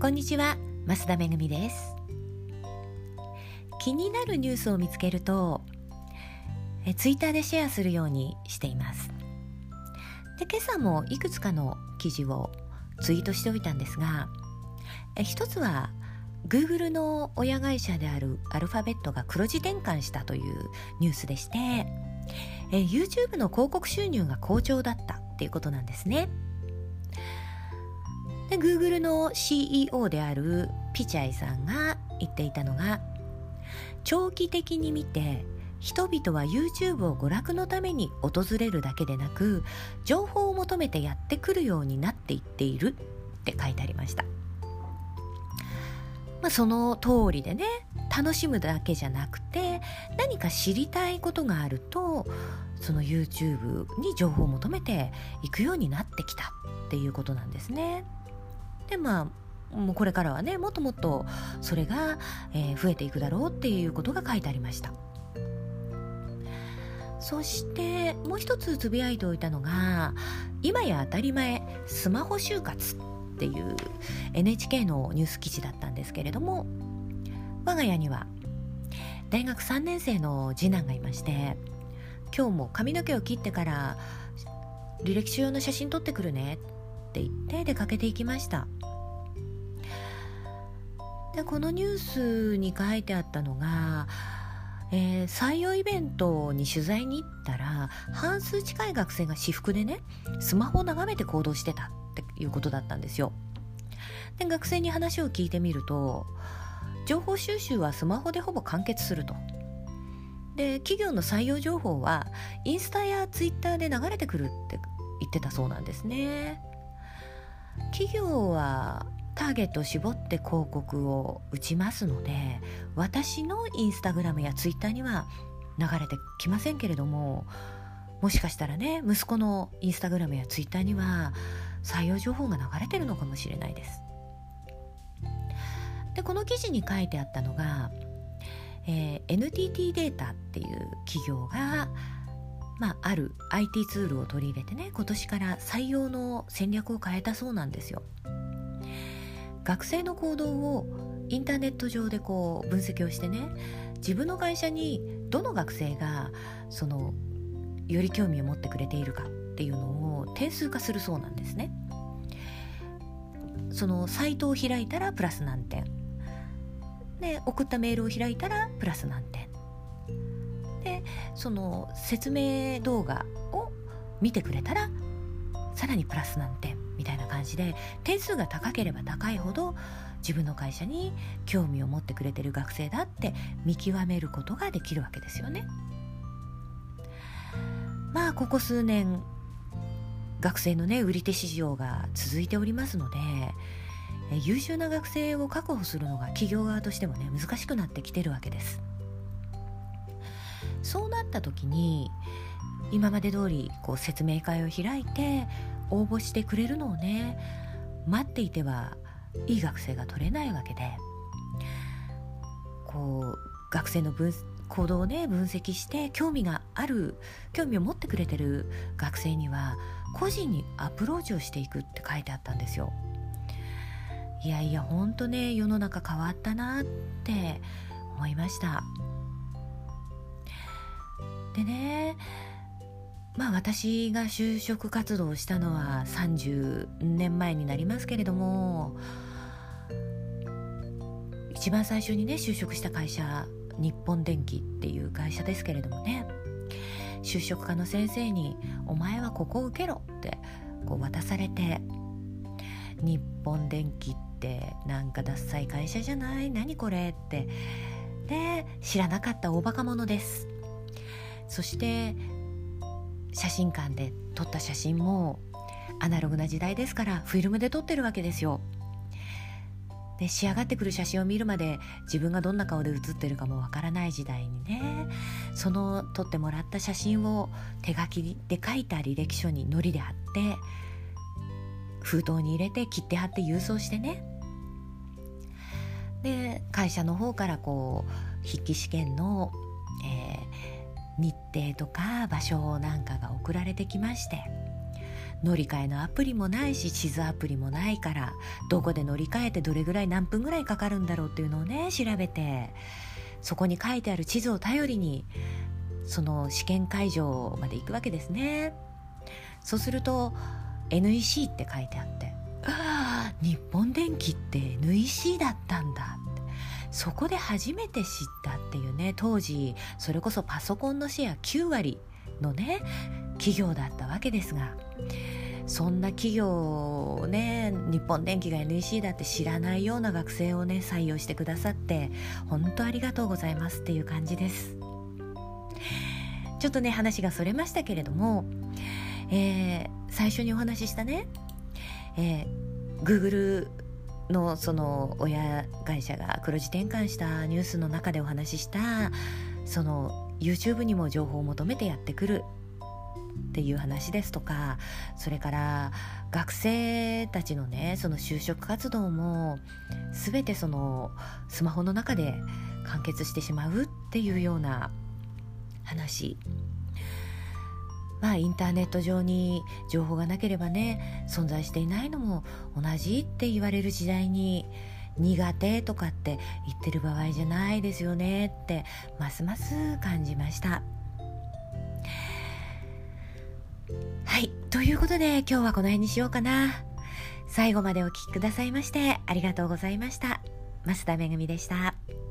こんにちは、増田めぐみです。気になるニュースを見つけるとツイッターでシェアするようにしています。で、今朝もいくつかの記事をツイートしておいたんですが、一つは Google の親会社であるアルファベットが黒字転換したというニュースでして、YouTube の広告収入が好調だったっていうことなんですね。で、 Google の CEO であるピチャイさんが言っていたのが、長期的に見て人々は YouTube を娯楽のために訪れるだけでなく、情報を求めてやってくるようになっていっているって書いてありました。その通りでね、楽しむだけじゃなくて何か知りたいことがあると、その YouTube に情報を求めていくようになってきたっていうことなんですね。で、もうこれからはね、もっともっとそれが、増えていくだろうっていうことが書いてありました。そしてもう一つつぶやいておいたのが、今や当たり前スマホ就活っていう NHK のニュース記事だったんですけれども、我が家には大学3年生の次男がいまして、今日も髪の毛を切ってから履歴書用の写真撮ってくるねって言って出かけていきました。で、このニュースに書いてあったのが、採用イベントに取材に行ったら、半数近い学生が私服でね、スマホを眺めて行動してたっていうことだったんですよ。で、学生に話を聞いてみると、情報収集はスマホでほぼ完結すると。で、企業の採用情報はインスタやツイッターで流れてくるって言ってたそうなんですね。企業はターゲットを絞って広告を打ちますので、私のインスタグラムやツイッターには流れてきませんけれども、もしかしたらね、息子のインスタグラムやツイッターには採用情報が流れてるのかもしれないです。で、この記事に書いてあったのが、NTT データっていう企業が、ある IT ツールを取り入れてね、今年から採用の戦略を変えたそうなんですよ。学生の行動をインターネット上で分析をしてね、自分の会社にどの学生がより興味を持ってくれているかっていうのを点数化するそうなんですね。そのサイトを開いたらプラス何点で、送ったメールを開いたらプラス何点で、その説明動画を見てくれたらさらにプラス何点みたいな感じで、点数が高ければ高いほど自分の会社に興味を持ってくれてる学生だって見極めることができるわけですよね。ここ数年学生のね、売り手市場が続いておりますので、優秀な学生を確保するのが企業側としてもね、難しくなってきてるわけです。そうなった時に、今まで通り説明会を開いて応募してくれるのをね、待っていてはいい学生が取れないわけで、学生の行動をね、分析して興味を持ってくれてる学生には個人にアプローチをしていくって書いてあったんですよ。いやいや、ほんとね、世の中変わったなって思いました。でね、私が就職活動をしたのは30年前になりますけれども、一番最初にね、就職した会社、日本電機っていう会社ですけれどもね、就職課の先生にお前はここを受けろって渡されて、日本電機ってなんかダッサい会社じゃない、何これってで、知らなかった大バカ者です。そして写真館で撮った写真もアナログな時代ですからフィルムで撮ってるわけですよ。で、仕上がってくる写真を見るまで自分がどんな顔で写ってるかもわからない時代にね、その撮ってもらった写真を手書きで書いた履歴書に糊で貼って封筒に入れて切って貼って郵送してね、で、会社の方から筆記試験の、日程とか場所なんかが送られてきまして、 乗り換えのアプリもないし地図アプリもないから、どこで乗り換えてどれぐらい何分ぐらいかかるんだろうっていうのをね調べて、そこに書いてある地図を頼りにその試験会場まで行くわけですね。そうすると NEC って書いてあって、日本電機って NEC だったんだって、そこで初めて知ったっていうね。当時それこそパソコンのシェア9割のね企業だったわけですが、そんな企業をね、日本電機が NEC だって知らないような学生をね採用してくださって本当ありがとうございますっていう感じです。ちょっとね話がそれましたけれども、最初にお話ししたね、Google のその親会社が黒字転換したニュースの中でお話しした、その YouTube にも情報を求めてやってくるっていう話ですとか、それから学生たちのねその就職活動も全てそのスマホの中で完結してしまうっていうような話。インターネット上に情報がなければね存在していないのも同じって言われる時代に、苦手とかって言ってる場合じゃないですよねってますます感じました。はい、ということで今日はこの辺にしようかな。最後までお聞きくださいましてありがとうございました。増田めぐみでした。